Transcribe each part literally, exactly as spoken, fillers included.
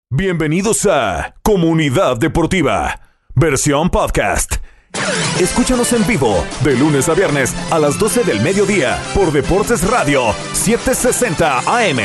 Bienvenidos a Comunidad Deportiva, versión podcast. Escúchanos en vivo de lunes a viernes a las doce del mediodía por Deportes Radio setecientos sesenta A M.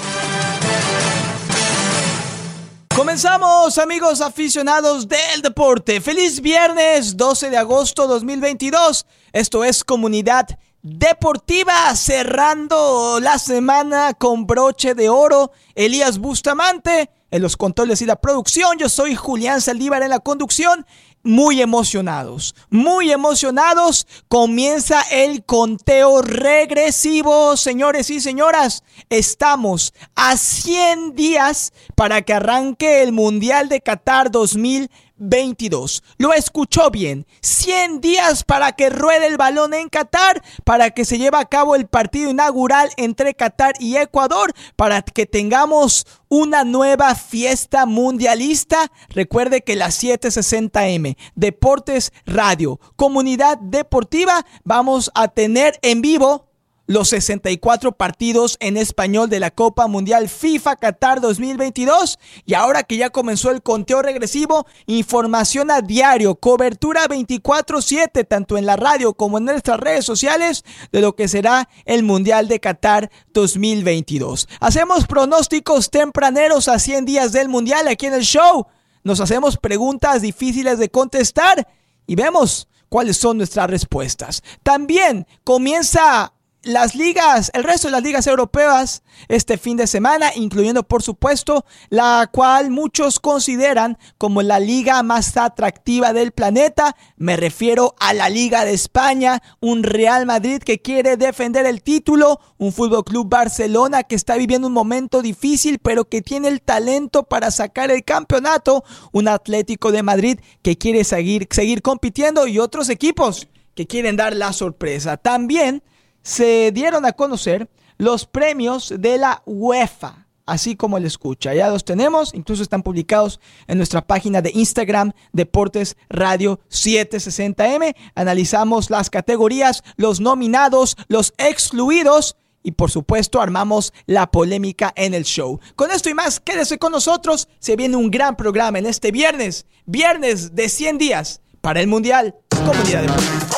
Comenzamos, amigos aficionados del deporte. Feliz viernes doce de agosto dos mil veintidós. Esto es Comunidad Deportiva, cerrando la semana con broche de oro. Elías Bustamante en los controles y la producción. Yo soy Julián Saldívar en la conducción. Muy emocionados, muy emocionados. Comienza el conteo regresivo, señores y señoras. Estamos a cien días para que arranque el Mundial de Qatar dos mil veintidós. Lo escuchó bien. cien días para que ruede el balón en Qatar, para que se lleve a cabo el partido inaugural entre Qatar y Ecuador, para que tengamos una nueva fiesta mundialista. Recuerde que la setecientos sesenta A M, Deportes Radio, Comunidad Deportiva, vamos a tener en vivo los sesenta y cuatro partidos en español de la Copa Mundial FIFA Qatar dos mil veintidós. Y ahora que ya comenzó el conteo regresivo, información a diario, cobertura veinticuatro siete, tanto en la radio como en nuestras redes sociales, de lo que será el Mundial de Qatar dos mil veintidós. Hacemos pronósticos tempraneros a cien días del Mundial aquí en el show. Nos hacemos preguntas difíciles de contestar y vemos cuáles son nuestras respuestas. También comienza las ligas, el resto de las ligas europeas este fin de semana, incluyendo por supuesto la cual muchos consideran como la liga más atractiva del planeta. Me refiero a la Liga de España, un Real Madrid que quiere defender el título, un Fútbol Club Barcelona que está viviendo un momento difícil pero que tiene el talento para sacar el campeonato, un Atlético de Madrid que quiere seguir, seguir compitiendo y otros equipos que quieren dar la sorpresa. También se dieron a conocer los premios de la UEFA, así como le escucha. Ya los tenemos, incluso están publicados en nuestra página de Instagram, Deportes Radio setecientos sesenta A M. Analizamos las categorías, los nominados, los excluidos y por supuesto armamos la polémica en el show. Con esto y más, quédese con nosotros. Se viene un gran programa en este viernes, viernes de cien días para el Mundial. Comunidad Deportiva.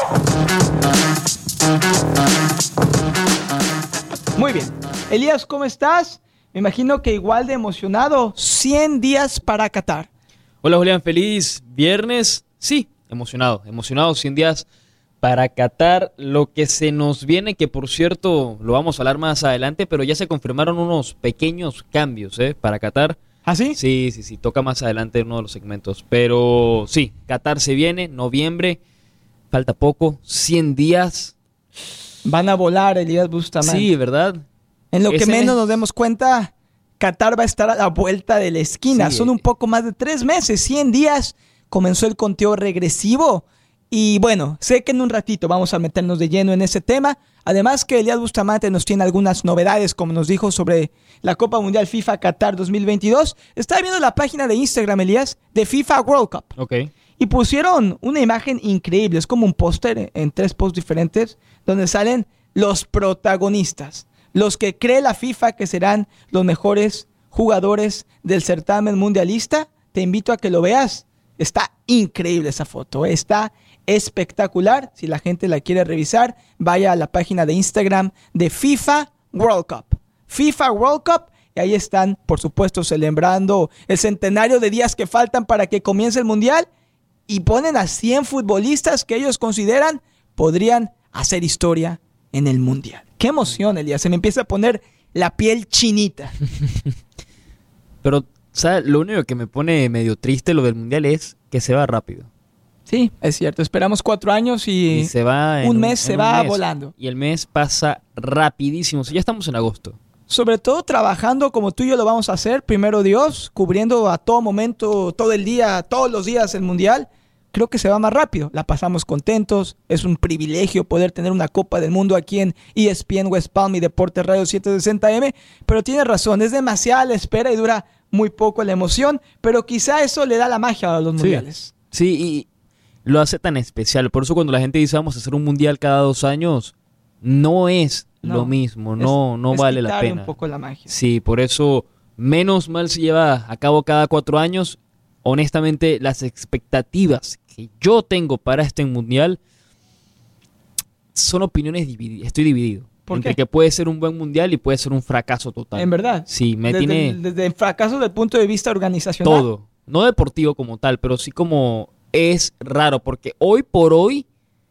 Muy bien. Elías, ¿cómo estás? Me imagino que igual de emocionado. cien días para Qatar. Hola Julián, feliz viernes. Sí, emocionado, emocionado. cien días para Qatar. Lo que se nos viene, que por cierto lo vamos a hablar más adelante, pero ya se confirmaron unos pequeños cambios ¿eh? para Qatar. ¿Ah, sí? Sí, sí, sí, toca más adelante en uno de los segmentos. Pero sí, Qatar se viene, noviembre, falta poco, cien días. Van a volar, Elías Bustamante. Sí, ¿verdad? En lo Ese que menos mes... nos demos cuenta, Qatar va a estar a la vuelta de la esquina. Sí. Son un poco más de tres meses, cien días. Comenzó el conteo regresivo. Y bueno, sé que en un ratito vamos a meternos de lleno en ese tema. Además que Elías Bustamante nos tiene algunas novedades, como nos dijo sobre la Copa Mundial FIFA Qatar dos mil veintidós. Estaba viendo la página de Instagram, Elías, de FIFA World Cup. Ok. Y pusieron una imagen increíble, es como un póster en tres posts diferentes, donde salen los protagonistas, los que cree la FIFA que serán los mejores jugadores del certamen mundialista. Te invito a que lo veas. Está increíble esa foto, ¿eh? Está espectacular. Si la gente la quiere revisar, vaya a la página de Instagram de FIFA World Cup. FIFA World Cup. Y ahí están, por supuesto, celebrando el centenario de días que faltan para que comience el Mundial. Y ponen a cien futbolistas que ellos consideran podrían hacer historia en el Mundial. ¡Qué emoción, Elías! Se me empieza a poner la piel chinita. Pero, ¿sabes? Lo único que me pone medio triste lo del Mundial es que se va rápido. Sí, es cierto. Esperamos cuatro años y, y se va un mes se un va mes. volando. Y el mes pasa rapidísimo. O sea, ya estamos en agosto. Sobre todo trabajando como tú y yo lo vamos a hacer, primero Dios, cubriendo a todo momento, todo el día, todos los días el Mundial. Creo que se va más rápido, la pasamos contentos, es un privilegio poder tener una Copa del Mundo aquí en E S P N West Palm y Deportes Radio setecientos sesenta A M, pero tienes razón, es demasiada la espera y dura muy poco la emoción, pero quizá eso le da la magia a los mundiales. Sí, sí, y lo hace tan especial, por eso cuando la gente dice vamos a hacer un mundial cada dos años, no es no, lo mismo, no, es, no es vale la pena. un poco la magia. Sí, por eso menos mal se lleva a cabo cada cuatro años. Honestamente, las expectativas que yo tengo para este mundial son opiniones divididas. Estoy dividido. ¿Por entre qué? que puede ser un buen mundial y puede ser un fracaso total. ¿En verdad? Sí, me desde, tiene el, desde el fracaso desde el punto de vista organizacional. todo. No deportivo como tal, pero sí como es raro. Porque hoy por hoy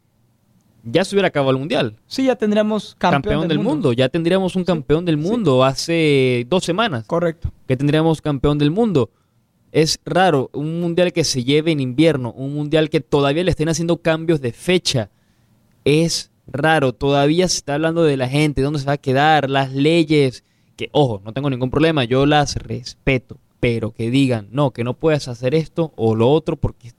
ya se hubiera acabado el mundial. Sí, ya tendremos campeón, Campeón del mundo. Ya tendríamos un Sí, campeón del mundo hace dos semanas. Correcto. Que tendríamos campeón del mundo. Es raro, un mundial que se lleve en invierno, un mundial que todavía le estén haciendo cambios de fecha. Es raro, todavía se está hablando de la gente, dónde se va a quedar, las leyes, que ojo, no tengo ningún problema, yo las respeto, pero que digan, no, que no puedes hacer esto o lo otro, porque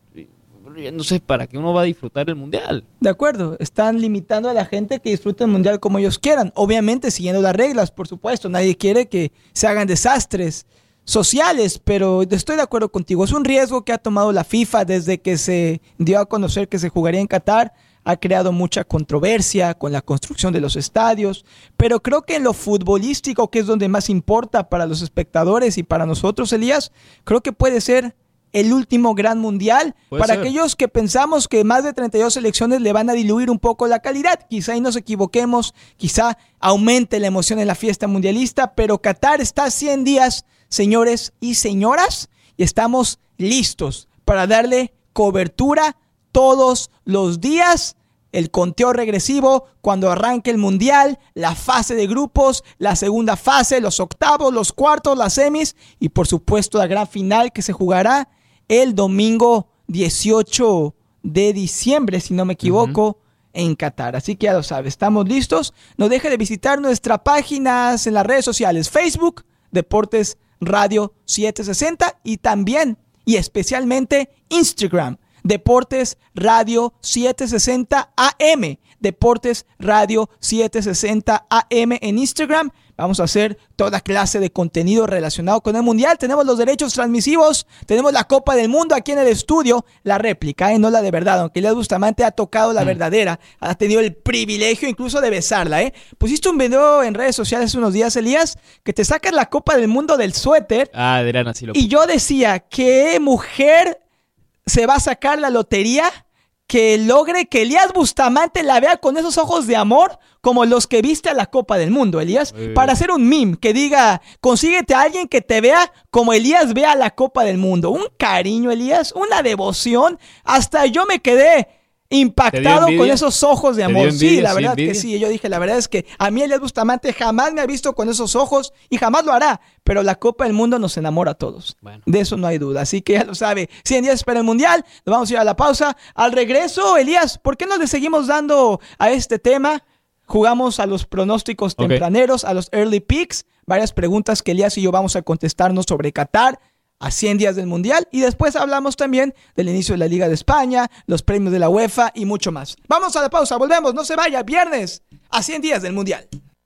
no sé para qué uno va a disfrutar el mundial. De acuerdo, están limitando a la gente que disfrute el mundial como ellos quieran, obviamente siguiendo las reglas, por supuesto, nadie quiere que se hagan desastres sociales, pero estoy de acuerdo contigo, es un riesgo que ha tomado la FIFA desde que se dio a conocer que se jugaría en Qatar. Ha creado mucha controversia con la construcción de los estadios, pero creo que en lo futbolístico, que es donde más importa para los espectadores y para nosotros, Elías, creo que puede ser el último gran mundial Puede para ser. aquellos que pensamos que más de treinta y dos selecciones le van a diluir un poco la calidad. Quizá ahí nos equivoquemos, quizá aumente la emoción en la fiesta mundialista, pero Qatar está a cien días, señores y señoras, y estamos listos para darle cobertura todos los días, el conteo regresivo, cuando arranque el mundial, la fase de grupos, la segunda fase, los octavos, los cuartos, las semis y por supuesto la gran final que se jugará el domingo dieciocho de diciembre, si no me equivoco, uh-huh. en Qatar. Así que ya lo sabes, estamos listos. No deje de visitar nuestras páginas en las redes sociales, Facebook, Deportes Radio setecientos sesenta y también y especialmente Instagram, Deportes Radio setecientos sesenta A M. Deportes Radio setecientos sesenta A M en Instagram. Vamos a hacer toda clase de contenido relacionado con el Mundial. Tenemos los derechos transmisivos. Tenemos la Copa del Mundo aquí en el estudio. La réplica, ¿eh? No la de verdad. Aunque Elías Bustamante ha tocado la mm. verdadera. Ha tenido el privilegio incluso de besarla, ¿eh? Pusiste un video en redes sociales hace unos días, Elías, que te sacas la Copa del Mundo del suéter. Ah, Adrián, así lo Y yo decía, ¿qué mujer se va a sacar la lotería que logre que Elías Bustamante la vea con esos ojos de amor como los que viste a la Copa del Mundo, Elías? Eh. Para hacer un meme que diga, consíguete a alguien que te vea como Elías ve a la Copa del Mundo. Un cariño, Elías, una devoción. Hasta yo me quedé impactado con esos ojos de amor. Envidia, sí, la verdad sí, que sí. Yo dije, la verdad es que a mí Elías Bustamante jamás me ha visto con esos ojos y jamás lo hará. Pero la Copa del Mundo nos enamora a todos. Bueno. De eso no hay duda. Así que ya lo sabe. cien días para el Mundial. Nos vamos a ir a la pausa. Al regreso, Elías, ¿por qué no le seguimos dando a este tema? Jugamos a los pronósticos okay. tempraneros, a los early picks. Varias preguntas que Elías y yo vamos a contestarnos sobre Qatar a cien días del Mundial, y después hablamos también del inicio de la Liga de España, los premios de la UEFA y mucho más. Vamos a la pausa, volvemos, no se vaya, viernes a cien días del Mundial.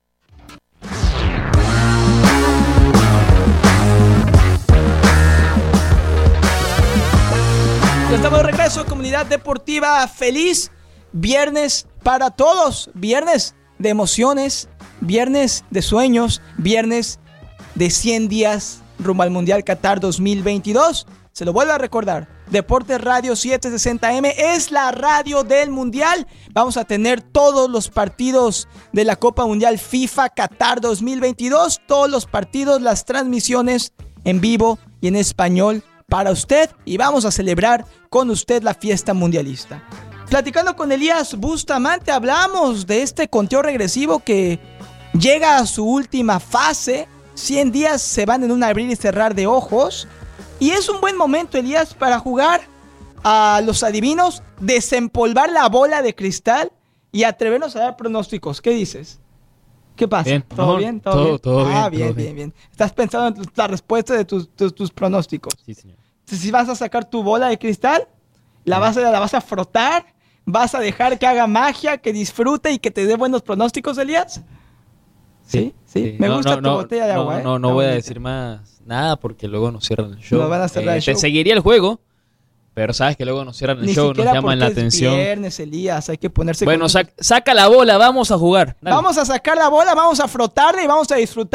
Ya estamos de regreso, comunidad deportiva, feliz viernes para todos, viernes de emociones, viernes de sueños, viernes de cien días rumbo al Mundial Qatar dos mil veintidós. Se lo vuelvo a recordar, Deportes Radio setecientos sesenta A M es la radio del Mundial. Vamos a tener todos los partidos de la Copa Mundial FIFA Qatar dos mil veintidós, todos los partidos, las transmisiones en vivo y en español para usted, y vamos a celebrar con usted la fiesta mundialista. Platicando con Elías Bustamante, hablamos de este conteo regresivo que llega a su última fase. cien días se van en un abrir y cerrar de ojos. Y es un buen momento, Elías, para jugar a los adivinos, desempolvar la bola de cristal y atrevernos a dar pronósticos. ¿Qué dices? ¿Qué pasa? Bien. ¿Todo no, bien? ¿Todo, todo, bien? todo ah, bien, bien, todo bien, bien. Estás pensando en la respuesta de tus, tus, tus pronósticos. Sí, señor. Entonces, si vas a sacar tu bola de cristal, la vas, a, la vas a frotar, vas a dejar que haga magia, que disfrute y que te dé buenos pronósticos, Elías. Sí, sí. sí. Me no, gusta no, tu no, botella de no, agua. No, ¿eh? no, no Está voy bonita. a decir más nada porque luego nos cierran el show. Nos van a cerrar eh, el show. Te seguiría el juego, pero sabes que luego nos cierran el Ni show, nos llaman la es atención. Viernes, Elías, hay que ponerse. Bueno, con... sac- saca la bola, vamos a jugar. Dale. Vamos a sacar la bola, vamos a frotarla y vamos a disfrutar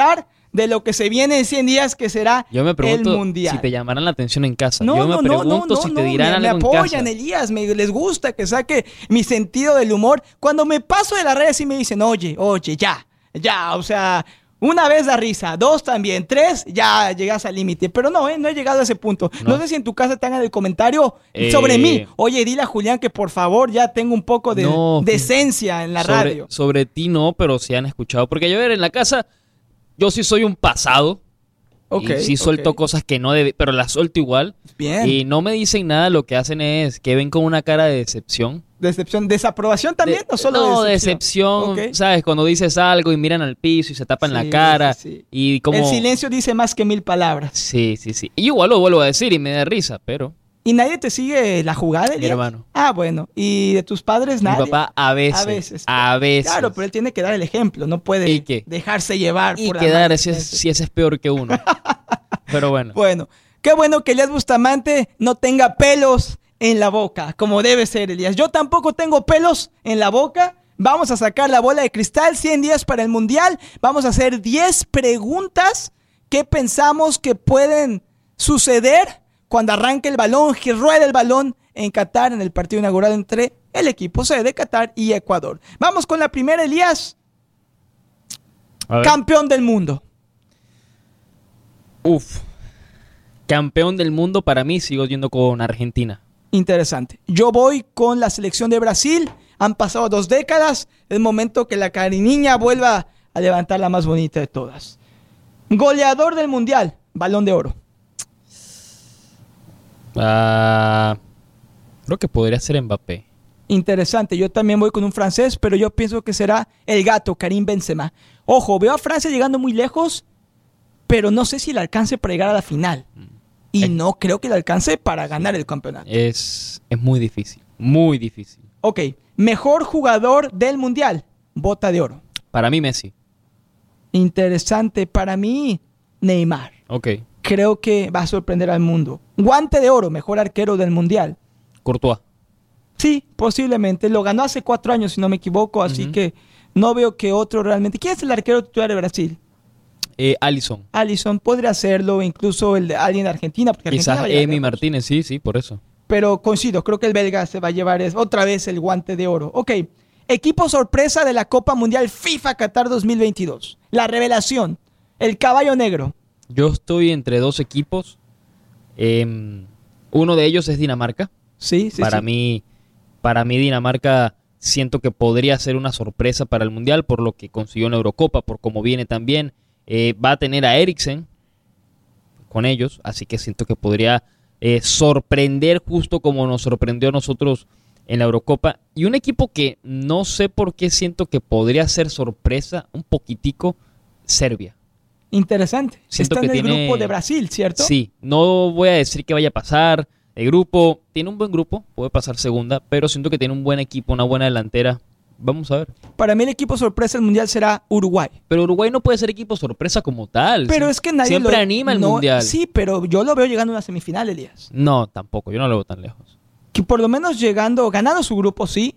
de lo que se viene en cien días, que será Yo me pregunto el Mundial. si te llamarán la atención en casa. No, Yo me no, pregunto no, no, si no, te dirán me, algo me en apoyan, casa. Elías, me, les gusta que saque mi sentido del humor. Cuando me paso de la red así me dicen, oye, oye, ya, ya, o sea, una vez da risa, dos también, tres, ya llegas al límite. Pero no, eh, no he llegado a ese punto. No, No. sé si en tu casa te hagan el comentario Eh, sobre mí. Oye, dile a Julián que por favor ya tengo un poco de No, decencia en la sobre, radio. Sobre ti no, pero sí han escuchado. Porque yo, a ver, en la casa, yo sí soy un pasado. Ok, y sí suelto ok. cosas que no debe, pero las suelto igual. Bien. Y no me dicen nada, lo que hacen es que ven con una cara de decepción. Decepción, desaprobación también, De- no solo no, decepción. decepción, Ok. ¿sabes? Cuando dices algo y miran al piso y se tapan Sí, la cara. sí, sí. Y como... El silencio dice más que mil palabras. Sí, sí, sí. Y igual lo vuelvo a decir y me da risa, pero... ¿Y nadie te sigue la jugada, Elías? hermano. Ah, bueno. ¿Y de tus padres nadie? Mi papá a veces. A veces. A veces. Claro, pero él tiene que dar el ejemplo, no puede ¿Y qué? dejarse llevar Y por la quedar mala si, es- influencia. si ese es peor que uno. Pero bueno. Bueno, qué bueno que Elías Bustamante no tenga pelos en la boca, como debe ser, Elías. Yo tampoco tengo pelos en la boca. Vamos a sacar la bola de cristal, cien días para el Mundial. Vamos a hacer diez preguntas que pensamos que pueden suceder cuando arranque el balón, que ruede el balón en Qatar, en el partido inaugural entre el equipo C de Qatar y Ecuador. Vamos con la primera, Elías. A ver. Campeón del mundo. Uf. Campeón del mundo para mí, sigo yendo con Argentina. Interesante. Yo voy con la selección de Brasil. Han pasado dos décadas. Es momento que la cariniña vuelva a levantar la más bonita de todas. Goleador del Mundial. Balón de Oro. Ah, creo que podría ser Mbappé. Interesante. Yo también voy con un francés, pero yo pienso que será el gato, Karim Benzema. Ojo, veo a Francia llegando muy lejos, pero no sé si le alcance para llegar a la final. Y Eh. no creo que le alcance para ganar el campeonato. Es, es muy difícil. Muy difícil. Ok. Mejor jugador del Mundial. Bota de Oro. Para mí, Messi. Interesante. Para mí, Neymar. Ok. Creo que va a sorprender al mundo. Guante de Oro, mejor arquero del Mundial. Courtois. Sí, posiblemente. Lo ganó hace cuatro años, si no me equivoco, así Ujú. que no veo que otro realmente... ¿Quién es el arquero titular de Brasil? Eh, Alisson. Alisson podría hacerlo, incluso el de alguien de Argentina. Porque Argentina Quizás va a llegar Emi lejos. Martínez, sí, sí, por eso. Pero coincido, creo que el belga se va a llevar es- otra vez el Guante de Oro. Ok, equipo sorpresa de la Copa Mundial FIFA Qatar dos mil veintidós. La revelación, el caballo negro. Yo estoy entre dos equipos. Em, uno de ellos es Dinamarca. Sí, sí, para sí. mí, para mí Dinamarca siento que podría ser una sorpresa para el Mundial por lo que consiguió en la Eurocopa, por cómo viene también. Eh, va a tener a Eriksen con ellos, así que siento que podría eh, sorprender justo como nos sorprendió a nosotros en la Eurocopa. Y un equipo que no sé por qué siento que podría ser sorpresa un poquitico, Serbia. Interesante. Siento Está que en el tiene- grupo de Brasil, ¿cierto? Sí, no voy a decir que vaya a pasar. El grupo tiene un buen grupo, puede pasar segunda, pero siento que tiene un buen equipo, una buena delantera. Vamos a ver. Para mí el equipo sorpresa del Mundial será Uruguay. Pero Uruguay no puede ser equipo sorpresa como tal. Pero Sie- es que nadie siempre lo... anima el no, Mundial. Sí, pero yo lo veo llegando a una semifinal, Elías. No, tampoco, yo no lo veo tan lejos. Que por lo menos llegando, ganando su grupo, sí,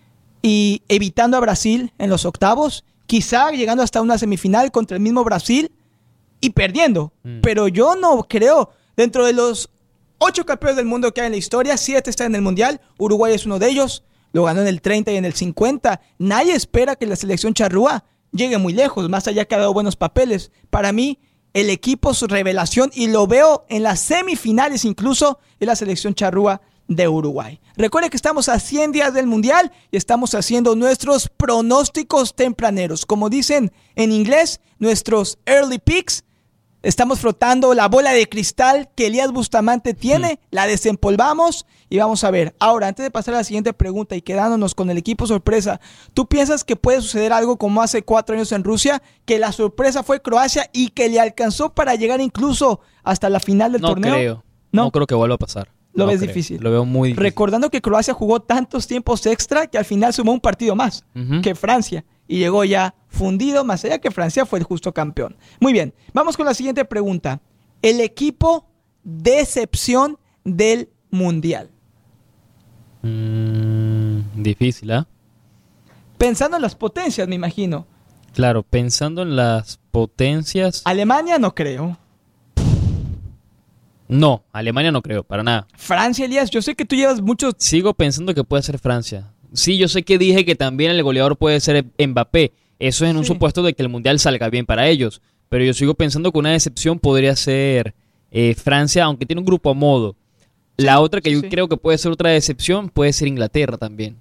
y evitando a Brasil en los octavos, quizá llegando hasta una semifinal contra el mismo Brasil y perdiendo. Mm. Pero yo no creo, dentro de los ocho campeones del mundo que hay en la historia, siete están en el Mundial, Uruguay es uno de ellos, lo ganó en el treinta y en el cincuenta. Nadie espera que la selección charrúa llegue muy lejos, más allá que ha dado buenos papeles. Para mí, el equipo su revelación, y lo veo en las semifinales incluso, es la selección charrúa de Uruguay. Recuerde que estamos a cien días del Mundial y estamos haciendo nuestros pronósticos tempraneros. Como dicen en inglés, nuestros early picks. Estamos frotando la bola de cristal que Elías Bustamante tiene, mm. la desempolvamos y vamos a ver. Ahora, antes de pasar a la siguiente pregunta y quedándonos con el equipo sorpresa, ¿tú piensas que puede suceder algo como hace cuatro años en Rusia, que la sorpresa fue Croacia y que le alcanzó para llegar incluso hasta la final del no torneo? Creo. No, no creo que vuelva a pasar. Lo no ves creo. difícil. Lo veo muy difícil. Recordando que Croacia jugó tantos tiempos extra que al final sumó un partido más Uh-huh. que Francia y llegó ya fundido, más allá que Francia fue el justo campeón. Muy bien, vamos con la siguiente pregunta. El equipo decepción del Mundial. Mm, difícil, ¿ah? ¿eh? Pensando en las potencias, me imagino. Claro, pensando en las potencias... Alemania no creo. No, Alemania no creo, para nada. Francia, Elías, yo sé que tú llevas mucho... Sigo pensando que puede ser Francia. Sí, yo sé que dije que también el goleador puede ser Mbappé. Eso es en un Sí. supuesto de que el Mundial salga bien para ellos. Pero yo sigo pensando que una decepción podría ser eh, Francia, aunque tiene un grupo a modo. La otra que yo sí. creo que puede ser otra decepción puede ser Inglaterra también.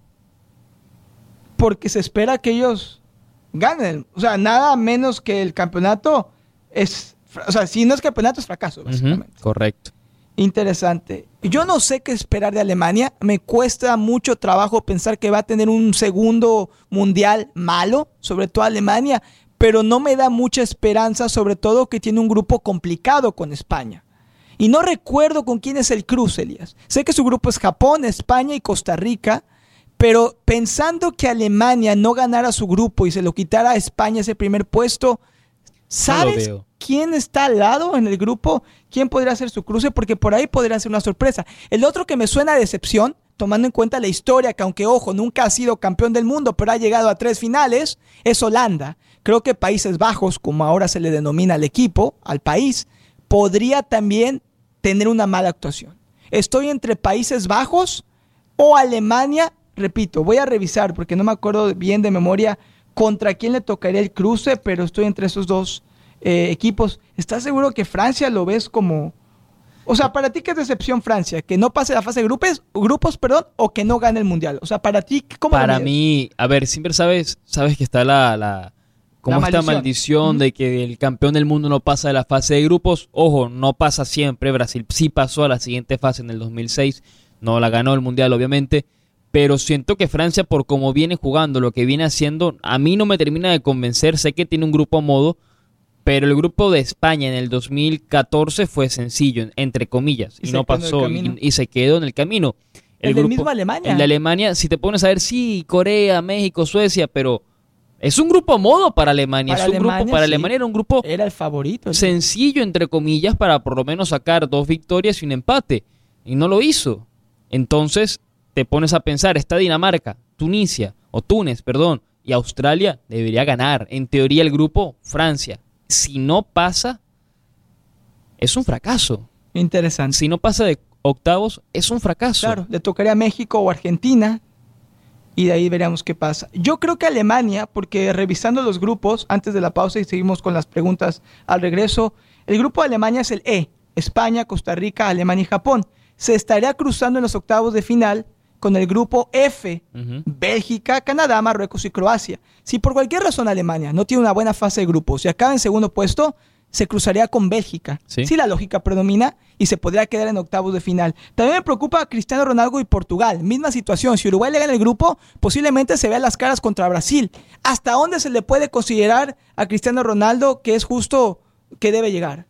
Porque se espera que ellos ganen. O sea, nada menos que el campeonato es... O sea, si no es campeonato es fracaso, básicamente. Ujú, correcto. Interesante. Yo no sé qué esperar de Alemania. Me cuesta mucho trabajo pensar que va a tener un segundo mundial malo, sobre todo Alemania, pero no me da mucha esperanza, sobre todo que tiene un grupo complicado con España. Y no recuerdo con quién es el cruce, Elías. Sé que su grupo es Japón, España y Costa Rica, pero pensando que Alemania no ganara su grupo y se lo quitara a España ese primer puesto, ¿sabes veo. quién está al lado en el grupo? ¿Quién podría ser su cruce? Porque por ahí podría ser una sorpresa. El otro que me suena a decepción, tomando en cuenta la historia, que aunque, ojo, nunca ha sido campeón del mundo, pero ha llegado a tres finales, es Holanda. Creo que Países Bajos, como ahora se le denomina al equipo, al país, podría también tener una mala actuación. Estoy entre Países Bajos o Alemania. Repito, voy a revisar porque no me acuerdo bien de memoria contra quién le tocaría el cruce, pero estoy entre esos dos eh, equipos. ¿Estás seguro que Francia lo ves como... O sea, para ti, ¿qué es decepción Francia? ¿Que no pase la fase de grupos, grupos perdón, o que no gane el Mundial? O sea, para ti, ¿cómo Para lo mides? mí, a ver, siempre sabes, sabes que está la, la como La esta maldición. maldición Ujú. de que el campeón del mundo no pasa de la fase de grupos. Ojo, no pasa siempre. Brasil sí pasó a la siguiente fase en el dos mil seis. No la ganó el Mundial, obviamente. Pero siento que Francia, por cómo viene jugando, lo que viene haciendo, a mí no me termina de convencer. Sé que tiene un grupo a modo, pero el grupo de España en el dos mil catorce fue sencillo, entre comillas, Y y, se no quedó en el pasó, camino. y, y se quedó en el camino. El del mismo Alemania. El de Alemania, si te pones a ver, sí, Corea, México, Suecia, pero es un grupo a modo para Alemania. Para es un Alemania, grupo, para sí. Alemania era un grupo Era el favorito. sencillo, entre comillas, para por lo menos sacar dos victorias y un empate. Y no lo hizo. Entonces, te pones a pensar, esta Dinamarca, Tunisia, o Túnez, perdón, y Australia debería ganar. En teoría, el grupo, Francia. Si no pasa, es un fracaso. Interesante. Si no pasa de octavos, es un fracaso. Claro, le tocaría a México o Argentina y de ahí veremos qué pasa. Yo creo que Alemania, porque revisando los grupos, antes de la pausa y seguimos con las preguntas al regreso, el grupo de Alemania es el E, España, Costa Rica, Alemania y Japón. Se estaría cruzando en los octavos de final con el grupo F, Ujú. Bélgica, Canadá, Marruecos y Croacia. Si por cualquier razón Alemania no tiene una buena fase de grupos y acaba en segundo puesto, se cruzaría con Bélgica. Sí. Si la lógica predomina y se podría quedar en octavos de final. También me preocupa Cristiano Ronaldo y Portugal. Misma situación. Si Uruguay le gana el grupo, posiblemente se vean las caras contra Brasil. ¿Hasta dónde se le puede considerar a Cristiano Ronaldo que es justo que debe llegar?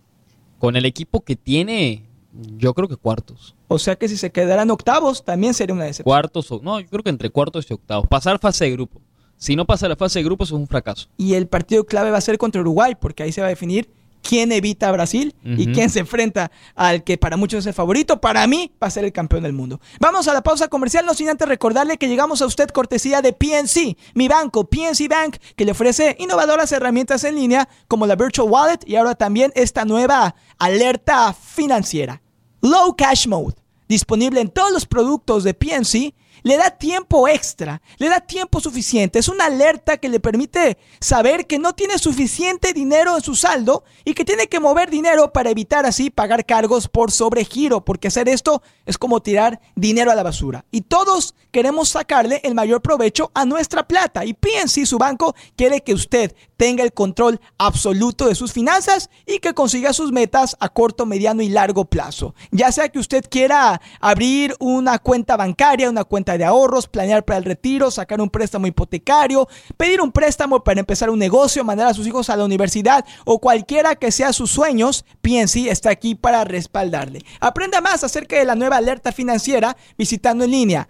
Con el equipo que tiene, yo creo que cuartos. O sea que si se quedara en octavos, también sería una decepción. Cuartos o no, yo creo que entre cuartos y octavos. Pasar fase de grupo. Si no pasa la fase de grupos es un fracaso. Y el partido clave va a ser contra Uruguay, porque ahí se va a definir quién evita a Brasil y Ujú. quién se enfrenta al que para muchos es el favorito. Para mí va a ser el campeón del mundo. Vamos a la pausa comercial, no sin antes recordarle que llegamos a usted cortesía de P N C, mi banco P N C Bank, que le ofrece innovadoras herramientas en línea como la Virtual Wallet y ahora también esta nueva alerta financiera. Low Cash Mode, disponible en todos los productos de P N C. Le da tiempo extra, le da tiempo suficiente. Es una alerta que le permite saber que no tiene suficiente dinero en su saldo y que tiene que mover dinero para evitar así pagar cargos por sobregiro, porque hacer esto es como tirar dinero a la basura. Y todos queremos sacarle el mayor provecho a nuestra plata. Y P N C, su banco, quiere que usted tenga el control absoluto de sus finanzas y que consiga sus metas a corto, mediano y largo plazo. Ya sea que usted quiera abrir una cuenta bancaria, una cuenta de ahorros, planear para el retiro, sacar un préstamo hipotecario, pedir un préstamo para empezar un negocio, mandar a sus hijos a la universidad o cualquiera que sea sus sueños, P N C está aquí para respaldarle. Aprenda más acerca de la nueva alerta financiera visitando en línea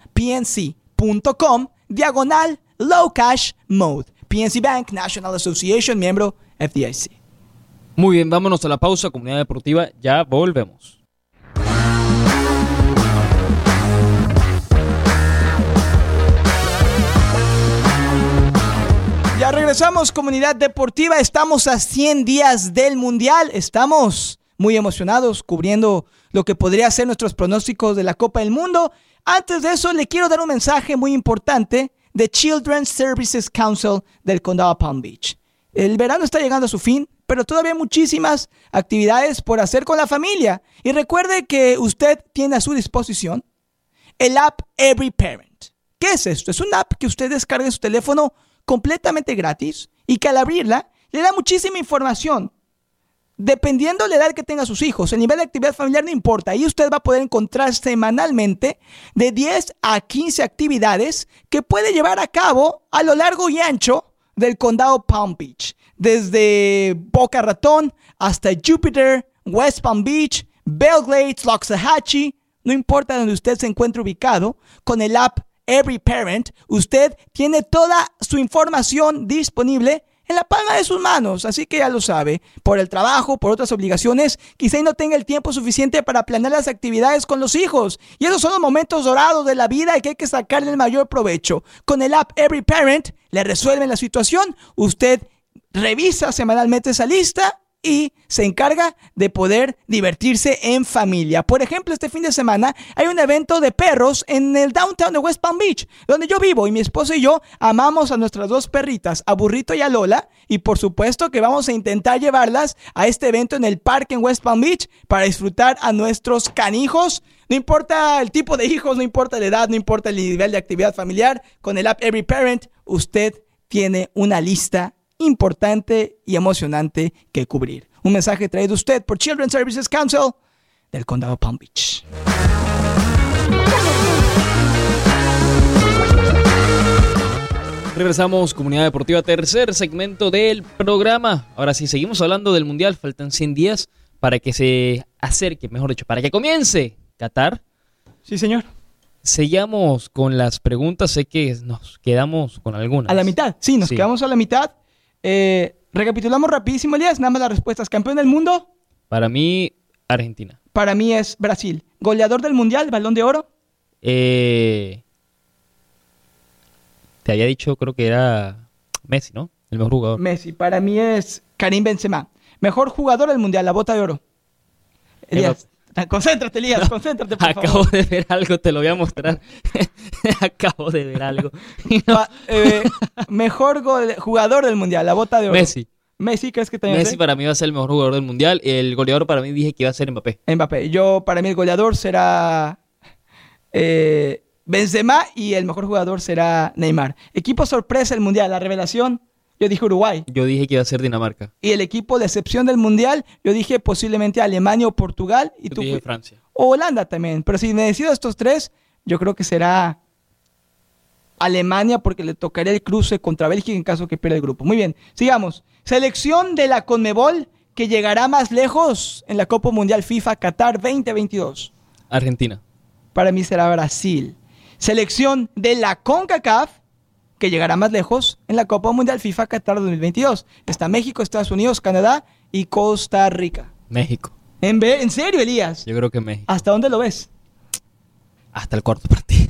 pnc.com diagonal low cash mode. P N C Bank, National Association, miembro F D I C. Muy bien, vámonos a la pausa, Comunidad Deportiva, ya volvemos. Ya regresamos Regresamos, comunidad deportiva. Estamos a cien días del Mundial. Estamos muy emocionados cubriendo lo que podría ser nuestros pronósticos de la Copa del Mundo. Antes de eso, le quiero dar un mensaje muy importante de Children's Services Council del condado Palm Beach. El verano está llegando a su fin, pero todavía hay muchísimas actividades por hacer con la familia. Y recuerde que usted tiene a su disposición el app Every Parent. ¿Qué es esto? Es una app que usted descarga en su teléfono completamente gratis y que al abrirla le da muchísima información. Dependiendo de la edad que tenga sus hijos, el nivel de actividad familiar no importa. Ahí usted va a poder encontrar semanalmente de diez a quince actividades que puede llevar a cabo a lo largo y ancho del condado Palm Beach. Desde Boca Ratón hasta Jupiter, West Palm Beach, Belle Glades, Loxahatchee. No importa donde usted se encuentre ubicado, con el app Every Parent, usted tiene toda su información disponible en la palma de sus manos, así que ya lo sabe, por el trabajo, por otras obligaciones, quizá no tenga el tiempo suficiente para planear las actividades con los hijos, y esos son los momentos dorados de la vida y que hay que sacarle el mayor provecho. Con el app Every Parent le resuelven la situación, usted revisa semanalmente esa lista y se encarga de poder divertirse en familia. Por ejemplo, este fin de semana hay un evento de perros en el downtown de West Palm Beach, donde yo vivo, y mi esposo y yo amamos a nuestras dos perritas, a Burrito y a Lola, y por supuesto que vamos a intentar llevarlas a este evento en el parque en West Palm Beach para disfrutar a nuestros canijos. No importa el tipo de hijos, no importa la edad, no importa el nivel de actividad familiar, con el app Every Parent usted tiene una lista importante y emocionante que cubrir. Un mensaje traído a usted por Children's Services Council del condado Palm Beach. Regresamos, comunidad deportiva, tercer segmento del programa. Ahora sí, seguimos hablando del Mundial. Faltan cien días para que se acerque, mejor dicho, para que comience Qatar. Sí, señor. Seguimos con las preguntas. Sé que nos quedamos con algunas. A la mitad, sí, nos sí. quedamos a la mitad. Eh, recapitulamos rapidísimo, Elías, nada más las respuestas. ¿Campeón del mundo? Para mí, Argentina. Para mí es Brasil. ¿Goleador del Mundial, Balón de Oro? Eh, te había dicho, creo que era Messi, ¿no? El mejor jugador. Messi. Para mí es Karim Benzema. Mejor jugador del Mundial, la Bota de Oro. Elías, Eva... concéntrate, Elías, no, concéntrate, por acabo favor. Acabo de ver algo, te lo voy a mostrar. Acabo de ver algo. No. Pa, eh, mejor gole... jugador del Mundial, la Bota de Oro. Messi. Messi, ¿crees que también? Messi para mí va a ser el mejor jugador del Mundial. El goleador para mí dije que iba a ser Mbappé. Mbappé. Yo, para mí el goleador será eh, Benzema y el mejor jugador será Neymar. Equipo sorpresa del Mundial, la revelación, yo dije Uruguay. Yo dije que iba a ser Dinamarca. Y el equipo de excepción del Mundial, yo dije posiblemente Alemania o Portugal. Y yo tú dije Francia. O Holanda también. Pero si me decido estos tres, yo creo que será Alemania, porque le tocaría el cruce contra Bélgica en caso que pierda el grupo. Muy bien, sigamos. Selección de la CONMEBOL que llegará más lejos en la Copa Mundial FIFA Qatar veinte veintidós. Argentina. Para mí será Brasil. Selección de la CONCACAF que llegará más lejos en la Copa Mundial FIFA Qatar dos mil veintidós. Está México, Estados Unidos, Canadá y Costa Rica. México. ¿En, ¿En serio, Elías? Yo creo que México. ¿Hasta dónde lo ves? Hasta el cuarto partido.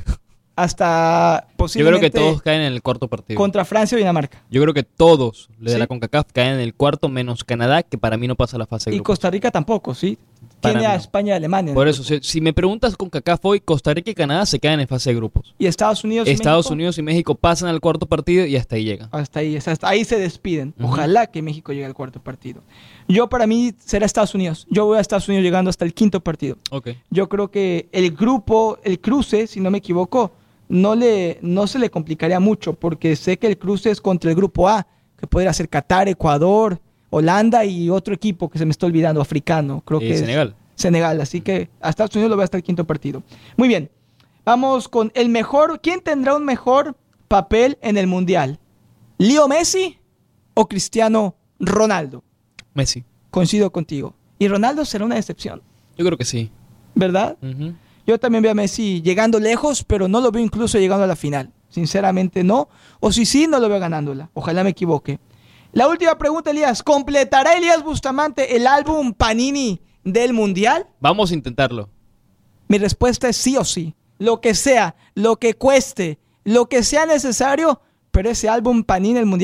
Hasta posiblemente... Yo creo que todos caen en el cuarto partido. Contra Francia o Dinamarca. Yo creo que todos de ¿Sí? la CONCACAF caen en el cuarto, menos Canadá, que para mí no pasa la fase de grupos. Y Costa Rica tampoco, ¿sí? Para Tiene a no. España y Alemania. Por eso, si, si me preguntas CONCACAF hoy, Costa Rica y Canadá se quedan en fase de grupos. ¿Y Estados Unidos Estados y México? Unidos y México pasan al cuarto partido y hasta ahí llegan. Hasta ahí, hasta ahí se despiden. Uh-huh. Ojalá que México llegue al cuarto partido. Yo, para mí, será Estados Unidos. Yo voy a Estados Unidos llegando hasta el quinto partido. Okay. Yo creo que el grupo, el cruce, si no me equivoco, no, le, no se le complicaría mucho, porque sé que el cruce es contra el grupo A, que podría ser Qatar, Ecuador, Holanda y otro equipo que se me está olvidando, africano. Creo eh, que Senegal. Es Senegal, así que a Estados Unidos lo voy hasta el quinto partido. Muy bien, vamos con el mejor. ¿Quién tendrá un mejor papel en el Mundial? ¿Leo Messi o Cristiano Ronaldo? Messi. Coincido contigo. ¿Y Ronaldo será una decepción? Yo creo que sí. ¿Verdad? Uh-huh. Yo también veo a Messi llegando lejos, pero no lo veo incluso llegando a la final. Sinceramente no. O si sí, no lo veo ganándola. Ojalá me equivoque. La última pregunta, Elías. ¿Completará Elías Bustamante el álbum Panini del Mundial? Vamos a intentarlo. Mi respuesta es sí o sí. Lo que sea, lo que cueste, lo que sea necesario, pero ese álbum Panini del Mundial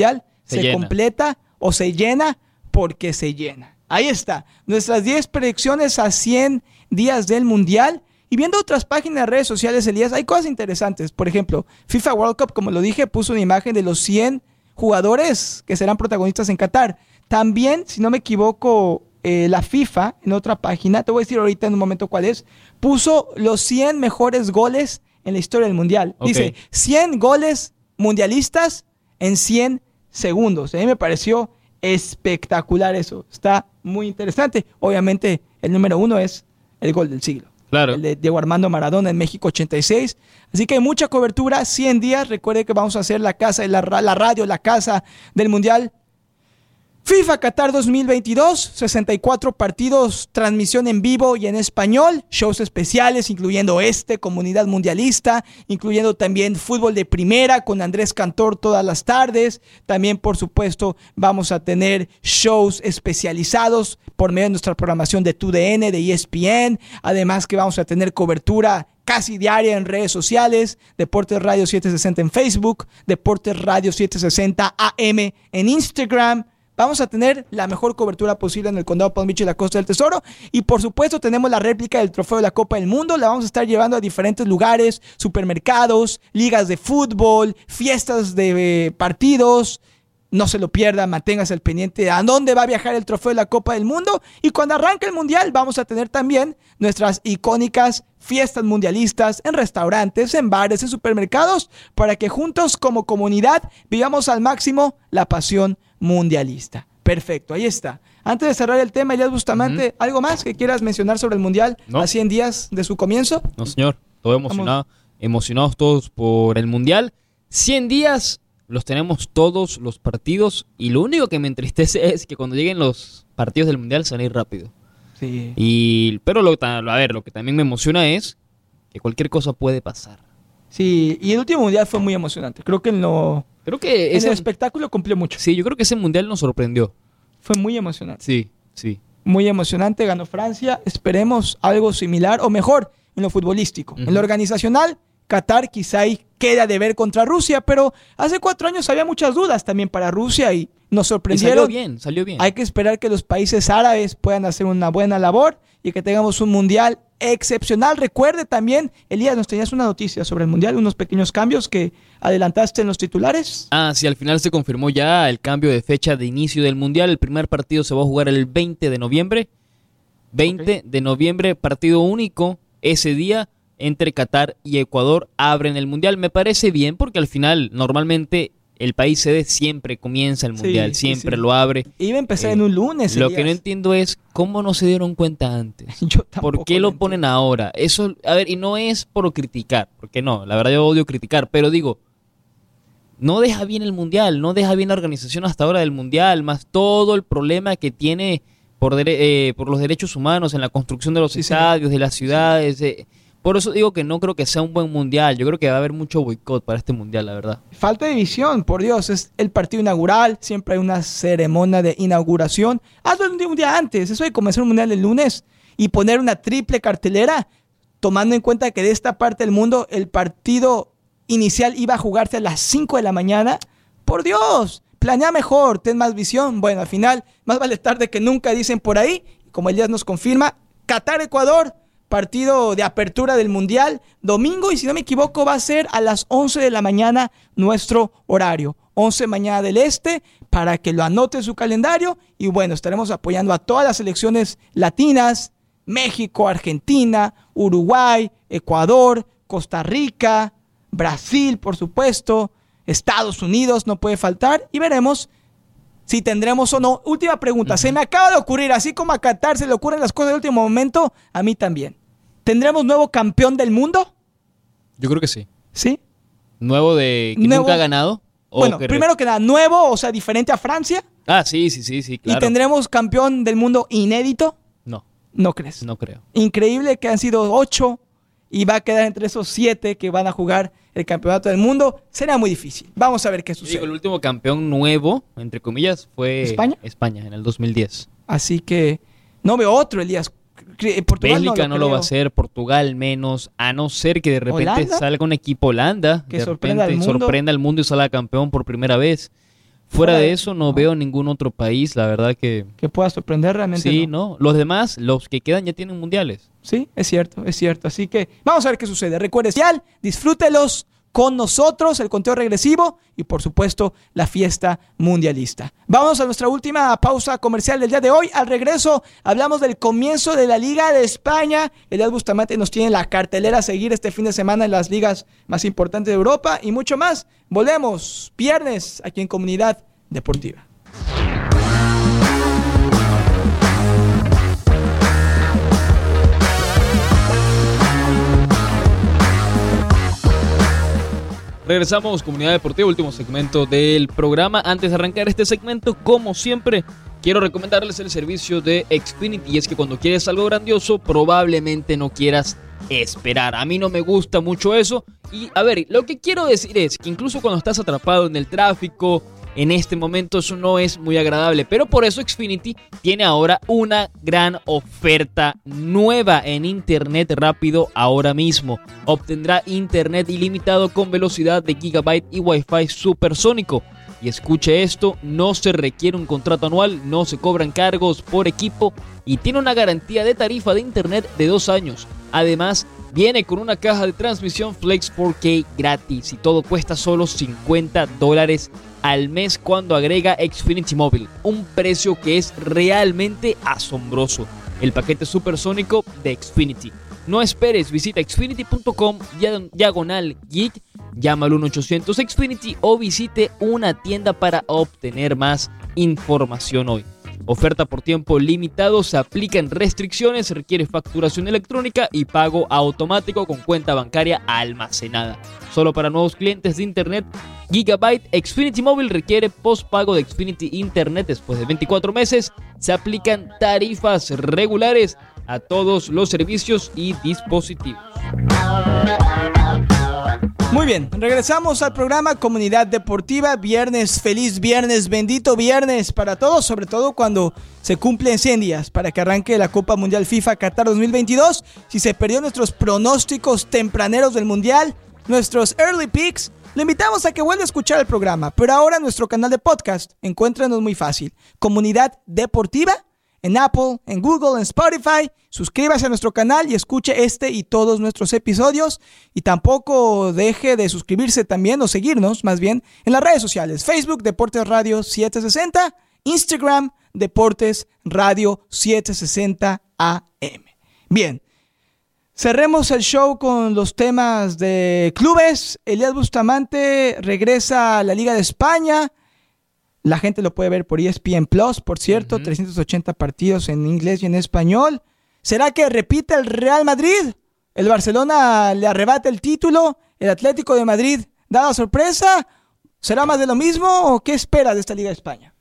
se, Se llena. completa o se llena porque se llena. Ahí está, nuestras diez predicciones a cien días del Mundial. Y viendo otras páginas de redes sociales, Elías, hay cosas interesantes. Por ejemplo, FIFA World Cup, como lo dije, puso una imagen de los cien jugadores que serán protagonistas en Qatar. También, si no me equivoco, eh, la FIFA, en otra página, te voy a decir ahorita en un momento cuál es, puso los cien mejores goles en la historia del Mundial. Okay. Dice, cien goles mundialistas en cien segundos. A mí me pareció espectacular eso. Está muy interesante. Obviamente, el número uno es el gol del siglo. Claro. El de Diego Armando Maradona en México ochenta y seis. Así que hay mucha cobertura, cien días. Recuerde que vamos a hacer la casa, la, la radio, la casa del Mundial. FIFA Qatar dos mil veintidós, sesenta y cuatro partidos, transmisión en vivo y en español, shows especiales incluyendo este, Comunidad Mundialista, incluyendo también fútbol de primera con Andrés Cantor todas las tardes. También, por supuesto, vamos a tener shows especializados por medio de nuestra programación de T U D N, de E S P N. Además que vamos a tener cobertura casi diaria en redes sociales, Deportes Radio setecientos sesenta en Facebook, Deportes Radio setecientos sesenta A M en Instagram. Vamos a tener la mejor cobertura posible en el Condado Palm Beach y la Costa del Tesoro. Y por supuesto tenemos la réplica del Trofeo de la Copa del Mundo. La vamos a estar llevando a diferentes lugares, supermercados, ligas de fútbol, fiestas de eh, partidos. No se lo pierdan, manténgase al pendiente de a dónde va a viajar el Trofeo de la Copa del Mundo. Y cuando arranque el Mundial vamos a tener también nuestras icónicas fiestas mundialistas en restaurantes, en bares, en supermercados, para que juntos como comunidad vivamos al máximo la pasión mundialista. Perfecto, ahí está. Antes de cerrar el tema, Elías Bustamante, uh-huh. ¿algo más que quieras mencionar sobre el Mundial no. a cien días de su comienzo? No, señor. Todo emocionado. Vamos. Emocionados todos por el Mundial. cien días, los tenemos todos los partidos. Y lo único que me entristece es que cuando lleguen los partidos del Mundial se van a ir rápido. Sí. Y, pero lo, a ver, lo que también me emociona es que cualquier cosa puede pasar. Sí, y el último Mundial fue muy emocionante. Creo que en lo... Creo que en ese, el espectáculo cumplió mucho. Sí, yo creo que ese Mundial nos sorprendió. Fue muy emocionante. Sí, sí. Muy emocionante, ganó Francia. Esperemos algo similar o mejor en lo futbolístico. Uh-huh. En lo organizacional, Qatar quizá ahí queda de ver contra Rusia, pero hace cuatro años había muchas dudas también para Rusia y nos sorprendieron. Y salió bien, salió bien. Hay que esperar que los países árabes puedan hacer una buena labor y que tengamos un Mundial excepcional. Recuerde también, Elías, nos tenías una noticia sobre el Mundial, unos pequeños cambios que adelantaste en los titulares. Ah, sí, al final se confirmó ya el cambio de fecha de inicio del Mundial. El primer partido se va a jugar el veinte de noviembre. veinte okay. de noviembre, partido único ese día entre Qatar y Ecuador. Abren el Mundial. Me parece bien porque al final normalmente el país sede siempre comienza el Mundial, sí, siempre sí, sí. lo abre. Iba a empezar eh, en un lunes. Lo Elías. Que no entiendo es cómo no se dieron cuenta antes. Yo ¿Por qué lo ponen ahora? Eso, a ver, y no es por criticar, porque no, la verdad yo odio criticar, pero digo, no deja bien el Mundial, no deja bien la organización hasta ahora del Mundial, más todo el problema que tiene por, dere- eh, por los derechos humanos en la construcción de los sí, estadios, sí. de las ciudades. Sí. Eh, Por eso digo que no creo que sea un buen mundial. Yo creo que va a haber mucho boicot para este mundial, la verdad. Falta de visión, por Dios. Es el partido inaugural. Siempre hay una ceremonia de inauguración. Hazlo un día, un día antes. Eso de comenzar un mundial el lunes y poner una triple cartelera, tomando en cuenta que de esta parte del mundo el partido inicial iba a jugarse a las cinco de la mañana. Por Dios, planea mejor, ten más visión. Bueno, al final, más vale tarde que nunca, dicen por ahí. Como Elías nos confirma, Qatar-Ecuador. Partido de apertura del Mundial, domingo, y si no me equivoco va a ser a las once de la mañana nuestro horario, once mañana del este, para que lo anote en su calendario. Y bueno, estaremos apoyando a todas las selecciones latinas, México, Argentina, Uruguay, Ecuador, Costa Rica, Brasil, por supuesto, Estados Unidos no puede faltar, y veremos si tendremos o no. Última pregunta, uh-huh. se me acaba de ocurrir, así como a Qatar se le ocurren las cosas de último momento, a mí también. ¿Tendremos nuevo campeón del mundo? Yo creo que sí. ¿Sí? ¿Nuevo de que nuevo, nunca ha ganado? ¿O bueno, que primero que nada, nuevo, o sea, diferente a Francia. Ah, sí, sí, sí, sí, claro. ¿Y tendremos campeón del mundo inédito? No. ¿No crees? No creo. Increíble que han sido ocho y va a quedar entre esos siete que van a jugar el campeonato del mundo. Será muy difícil. Vamos a ver qué sucede. Digo, el último campeón nuevo, entre comillas, fue ¿España? España, en el dos mil diez. Así que no veo otro, Elías. Portugal Bélgica no, no lo, lo va a hacer, Portugal menos, a no ser que de repente ¿Holanda? salga un equipo Holanda, que de sorprenda repente al mundo. sorprenda al mundo y salga campeón por primera vez. Fuera de eso no, no veo ningún otro país, la verdad que... Que pueda sorprender realmente. Sí, no. no. Los demás, los que quedan ya tienen mundiales. Sí, es cierto, es cierto. Así que vamos a ver qué sucede. Recuerde, disfrútelos con nosotros, el conteo regresivo y por supuesto la fiesta mundialista. Vamos a nuestra última pausa comercial del día de hoy. Al regreso hablamos del comienzo de la Liga de España. Elias Bustamante nos tiene la cartelera a seguir este fin de semana en las ligas más importantes de Europa y mucho más. Volvemos viernes aquí en Comunidad Deportiva. Regresamos, Comunidad Deportiva, último segmento del programa. Antes de arrancar este segmento, como siempre, quiero recomendarles el servicio de Xfinity. Y es que cuando quieres algo grandioso, probablemente no quieras esperar. A mí no me gusta mucho eso. Y a ver, lo que quiero decir es que incluso cuando estás atrapado en el tráfico, en este momento eso no es muy agradable, pero por eso Xfinity tiene ahora una gran oferta nueva en internet rápido ahora mismo. Obtendrá internet ilimitado con velocidad de gigabyte y wifi supersónico. Y escuche esto, no se requiere un contrato anual, no se cobran cargos por equipo y tiene una garantía de tarifa de internet de dos años. Además, viene con una caja de transmisión Flex cuatro K gratis y todo cuesta solo cincuenta dólares al mes cuando agrega Xfinity Mobile, un precio que es realmente asombroso. El paquete supersónico de Xfinity. No esperes, visita xfinity punto com diagonal geek, llama al uno ochocientos Xfinity o visite una tienda para obtener más información hoy. Oferta por tiempo limitado, se aplican restricciones, requiere facturación electrónica y pago automático con cuenta bancaria almacenada. Solo para nuevos clientes de Internet Gigabyte. Xfinity Mobile requiere postpago de Xfinity Internet después de veinticuatro meses. Se aplican tarifas regulares a todos los servicios y dispositivos. Muy bien, regresamos al programa Comunidad Deportiva. Viernes, feliz viernes, bendito viernes para todos, sobre todo cuando se cumplen cien días para que arranque la Copa Mundial FIFA Qatar dos mil veintidós. Si se perdió nuestros pronósticos tempraneros del Mundial, nuestros early picks, le invitamos a que vuelva a escuchar el programa. Pero ahora en nuestro canal de podcast, encuéntranos muy fácil, Comunidad Deportiva, en Apple, en Google, en Spotify. Suscríbase a nuestro canal y escuche este y todos nuestros episodios. Y tampoco deje de suscribirse también o seguirnos más bien en las redes sociales. Facebook, Deportes Radio setecientos sesenta. Instagram, Deportes Radio setecientos sesenta A M. Bien, cerremos el show con los temas de clubes. Elias Bustamante regresa a la Liga de España. La gente lo puede ver por E S P N Plus, por cierto, uh-huh. trescientos ochenta partidos en inglés y en español. ¿Será que repite el Real Madrid? ¿El Barcelona le arrebata el título? ¿El Atlético de Madrid da la sorpresa? ¿Será más de lo mismo o qué espera de esta Liga de España?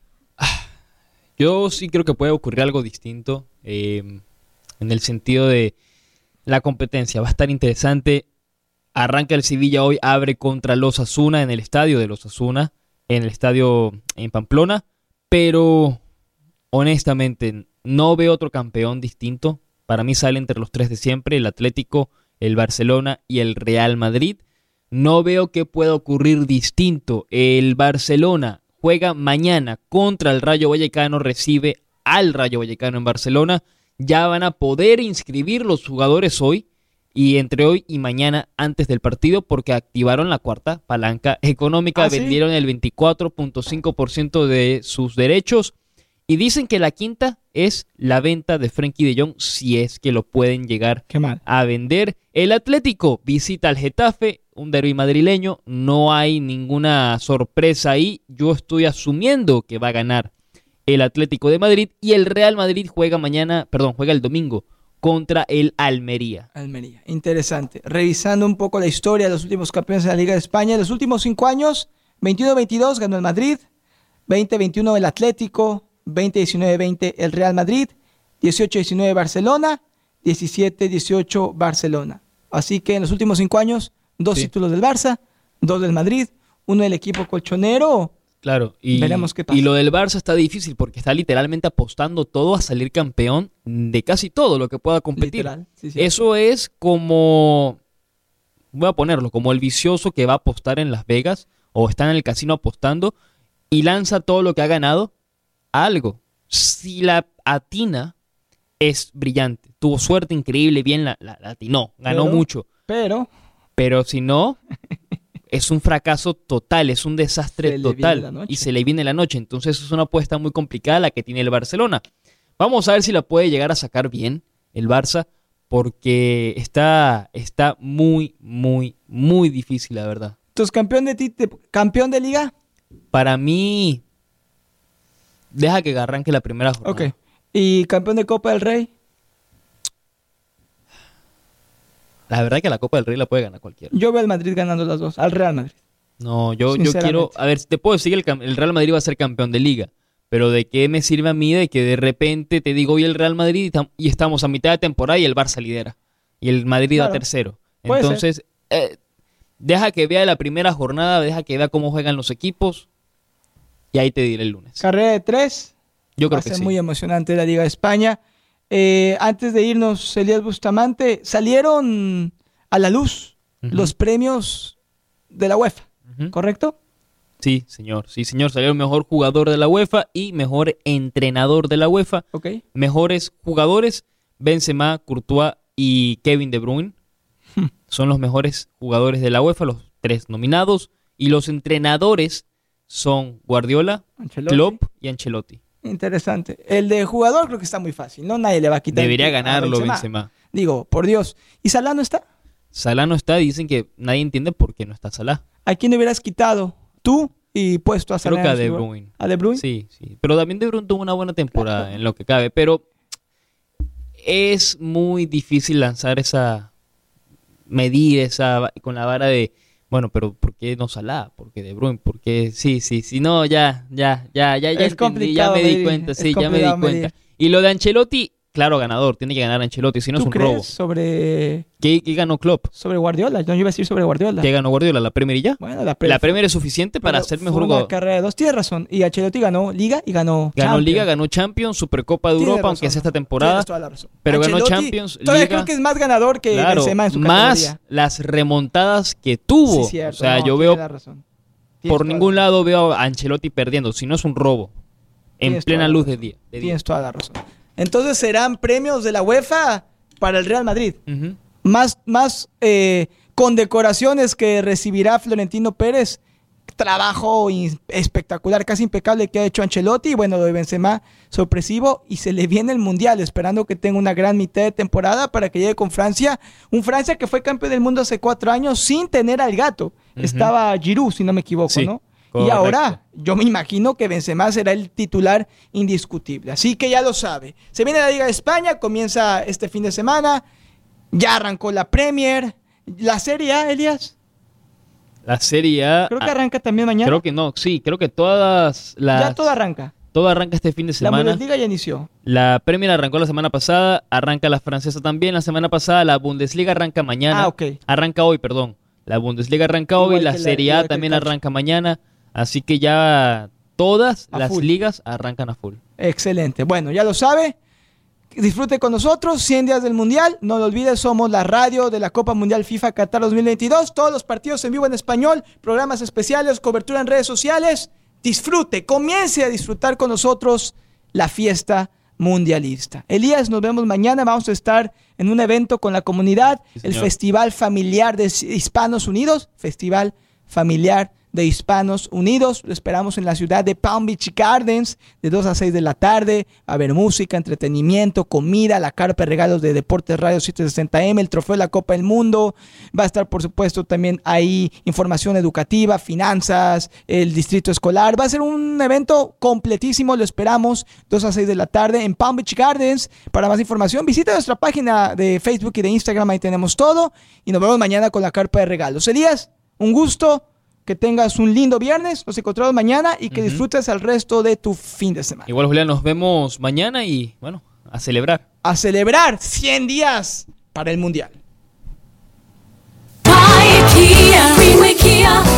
Yo sí creo que puede ocurrir algo distinto, eh, en el sentido de la competencia. Va a estar interesante. Arranca el Sevilla hoy, abre contra los Osasuna en el estadio de los Osasuna, en el estadio en Pamplona, pero honestamente no veo otro campeón distinto. Para mí sale entre los tres de siempre, el Atlético, el Barcelona y el Real Madrid. No veo que pueda ocurrir distinto. El Barcelona juega mañana contra el Rayo Vallecano, recibe al Rayo Vallecano en Barcelona. Ya van a poder inscribir los jugadores hoy, y entre hoy y mañana antes del partido, porque activaron la cuarta palanca económica, ¿Ah, vendieron sí? el veinticuatro punto cinco por ciento de sus derechos y dicen que la quinta es la venta de Frenkie de Jong, si es que lo pueden llegar a vender. El Atlético visita al Getafe, un derbi madrileño, no hay ninguna sorpresa ahí, yo estoy asumiendo que va a ganar el Atlético de Madrid, y el Real Madrid juega mañana, perdón, juega el domingo contra el Almería. Almería, interesante. Revisando un poco la historia de los últimos campeones de la Liga de España, en los últimos cinco años, veintiuno veintidós ganó el Madrid, veinte veintiuno el Atlético, veinte diecinueve veinte el Real Madrid, dieciocho diecinueve Barcelona, diecisiete dieciocho Barcelona. Así que en los últimos cinco años, dos sí. títulos del Barça, dos del Madrid, uno del equipo colchonero. Claro, y, veremos qué pasa. Y lo del Barça está difícil porque está literalmente apostando todo a salir campeón de casi todo lo que pueda competir. Literal, sí, sí. Eso es como, voy a ponerlo, como el vicioso que va a apostar en Las Vegas o está en el casino apostando y lanza todo lo que ha ganado a algo. Si la atina, es brillante. Tuvo suerte increíble, bien la, la, la atinó, ganó pero, mucho. Pero... Pero si no, es un fracaso total, es un desastre se total. Y se le viene la noche. Entonces es una apuesta muy complicada la que tiene el Barcelona. Vamos a ver si la puede llegar a sacar bien el Barça, porque está, está muy, muy, muy difícil, la verdad. ¿Entonces campeón de, de, campeón de Liga? Para mí, deja que arranque la primera jornada. Ok. ¿Y campeón de Copa del Rey? La verdad es que la Copa del Rey la puede ganar cualquiera. Yo veo al Madrid ganando las dos, al Real Madrid. No, yo, yo quiero... A ver, te puedo decir que el, el Real Madrid va a ser campeón de Liga, pero ¿de qué me sirve a mí de que de repente te digo hoy el Real Madrid y estamos a mitad de temporada y el Barça lidera? Y el Madrid claro. va tercero. Entonces, eh, deja que vea la primera jornada, deja que vea cómo juegan los equipos y ahí te diré el lunes. Carrera de tres. Yo creo va que a ser sí. muy emocionante la Liga de España. Eh, antes de irnos, Elías Bustamante, salieron a la luz uh-huh. los premios de la UEFA, uh-huh. ¿correcto? Sí, señor. Sí, señor. Salió el mejor jugador de la UEFA y mejor entrenador de la UEFA. Okay. Mejores jugadores, Benzema, Courtois y Kevin De Bruyne. Hmm. Son los mejores jugadores de la UEFA, los tres nominados. Y los entrenadores son Guardiola, Ancelotti. Klopp y Ancelotti. Interesante. El de jugador creo que está muy fácil, ¿no? Nadie le va a quitar. Debería ganarlo Benzema. Benzema. Digo, por Dios. ¿Y Salah no está? Salah no está, dicen que nadie entiende por qué no está Salah. ¿A quién le hubieras quitado? ¿Tú? Y puesto a Salah. Creo que a De Bruyne. ¿A De Bruyne? Sí, sí. Pero también De Bruyne tuvo una buena temporada claro. en lo que cabe. Pero es muy difícil lanzar esa... medir esa... con la vara de... Bueno, pero ¿por qué no Salah? ¿Por qué De Bruyne? ¿Por qué? Sí, sí, sí. No, ya, ya, ya, ya, ya es entendí, ya me di cuenta. Sí, ya me di cuenta. Medir. Y lo de Ancelotti... Claro, ganador. Tiene que ganar Ancelotti, si no es un robo. sobre... ¿Qué, ¿Qué ganó Klopp? Sobre Guardiola. No, yo iba a decir sobre Guardiola. ¿Qué ganó Guardiola? ¿La Premier y ya? Bueno, la Premier. La Premier es suficiente para ser mejor jugador. Una carrera de dos. Tienes razón. Y Ancelotti ganó Liga y ganó Ganó Champions. Liga, ganó Champions, Supercopa de Europa, razón, aunque sea esta temporada. Tienes toda la razón. Pero Ancelotti, ganó Champions, todavía Liga. creo que es más ganador que claro, Benzema en su más categoría. Las remontadas que tuvo. Sí, cierto. O sea, no, yo veo... razón. Por ningún lado veo a Ancelotti perdiendo. Si no es un robo. En tienes plena luz de día, de día. Tienes toda la razón. Entonces serán premios de la UEFA... para el Real Madrid. Uh-huh. Más, más eh, condecoraciones que recibirá Florentino Pérez. Trabajo in- espectacular, casi impecable que ha hecho Ancelotti. Y bueno, lo de Benzema, sorpresivo. Y se le viene el Mundial, esperando que tenga una gran mitad de temporada para que llegue con Francia. Un Francia que fue campeón del mundo hace cuatro años sin tener al gato. Uh-huh. Estaba Giroud, si no me equivoco, sí. ¿no? Correcto. Y ahora, yo me imagino que Benzema será el titular indiscutible. Así que ya lo sabe. Se viene la Liga de España, comienza este fin de semana. Ya arrancó la Premier. ¿La Serie A, Elías? La Serie A... Creo que arranca también mañana. Creo que no, sí. Creo que todas las... Ya todo arranca. Todo arranca este fin de semana. La Bundesliga ya inició. La Premier arrancó la semana pasada. Arranca la francesa también la semana pasada. La Bundesliga arranca mañana. Ah, ok. Arranca hoy, perdón. La Bundesliga arranca Igual hoy. La Serie A la, también arranca mañana. Así que ya todas a las full. Ligas arrancan a full. Excelente. Bueno, ya lo sabe. Disfrute con nosotros. cien días del Mundial. No lo olvides, somos la radio de la Copa Mundial FIFA Qatar dos mil veintidós. Todos los partidos en vivo en español. Programas especiales, cobertura en redes sociales. Disfrute, comience a disfrutar con nosotros la fiesta mundialista. Elías, nos vemos mañana. Vamos a estar en un evento con la comunidad. Sí, el Festival Familiar de Hispanos Unidos. Festival Familiar de Hispanos Unidos. Lo esperamos en la ciudad de Palm Beach Gardens de dos a seis de la tarde. Va a haber música, entretenimiento, comida, la carpa de regalos de Deportes Radio setecientos sesenta eme, el trofeo de la Copa del Mundo. Va a estar, por supuesto, también ahí información educativa, finanzas, el distrito escolar. Va a ser un evento completísimo. Lo esperamos dos a seis de la tarde en Palm Beach Gardens. Para más información, visita nuestra página de Facebook y de Instagram. Ahí tenemos todo. Y nos vemos mañana con la carpa de regalos. Elías, un gusto. Que tengas un lindo viernes, nos encontramos mañana y que uh-huh. disfrutes el resto de tu fin de semana. Igual, Julián, nos vemos mañana y, bueno, a celebrar. A celebrar cien días para el Mundial. Kia, Kia,